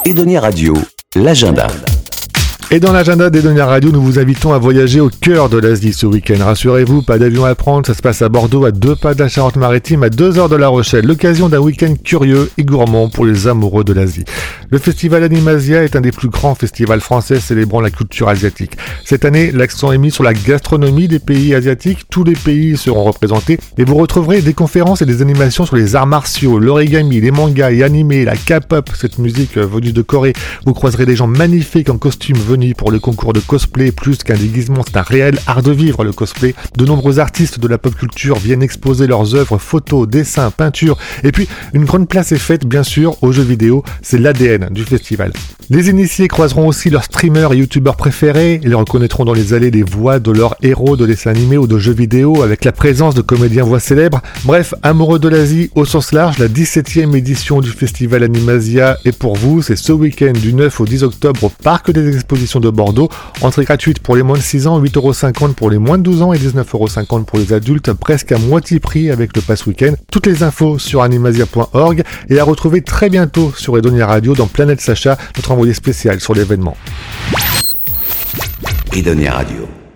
Edonia Radio, l'agenda. Et dans l'agenda d'Edonia Radio, nous vous invitons à voyager au cœur de l'Asie ce week-end. Rassurez-vous, pas d'avion à prendre, ça se passe à Bordeaux, à 2 pas de la Charente-Maritime, à 2 heures de La Rochelle. L'occasion d'un week-end curieux et gourmand pour les amoureux de l'Asie. Le festival Animasia est un des plus grands festivals français célébrant la culture asiatique. Cette année, l'accent est mis sur la gastronomie des pays asiatiques. Tous les pays seront représentés et vous retrouverez des conférences et des animations sur les arts martiaux, l'origami, les mangas et animés, la K-pop, cette musique venue de Corée. Vous croiserez des gens magnifiques en costume venus pour le concours de cosplay. Plus qu'un déguisement, c'est un réel art de vivre, le cosplay. De nombreux artistes de la pop culture viennent exposer leurs œuvres, photos, dessins, peintures. Et puis, une grande place est faite, bien sûr, aux jeux vidéo. C'est l'ADN du festival. Les initiés croiseront aussi leurs streamers et youtubeurs préférés. Ils reconnaîtront dans les allées les voix de leurs héros de dessins animés ou de jeux vidéo avec la présence de comédiens voix célèbres. Bref, amoureux de l'Asie au sens large, la 17e édition du festival Animasia est pour vous. C'est ce week-end du 9 au 10 octobre au Parc des Expositions de Bordeaux. Entrée gratuite pour les moins de 6 ans, 8,50€ pour les moins de 12 ans et 19,50€ pour les adultes, presque à moitié prix avec le pass week-end. Toutes les infos sur animasia.org et à retrouver très bientôt sur Edonia Radio dans Planète Sacha, notre envoyé spécial sur l'événement. Edonia Radio.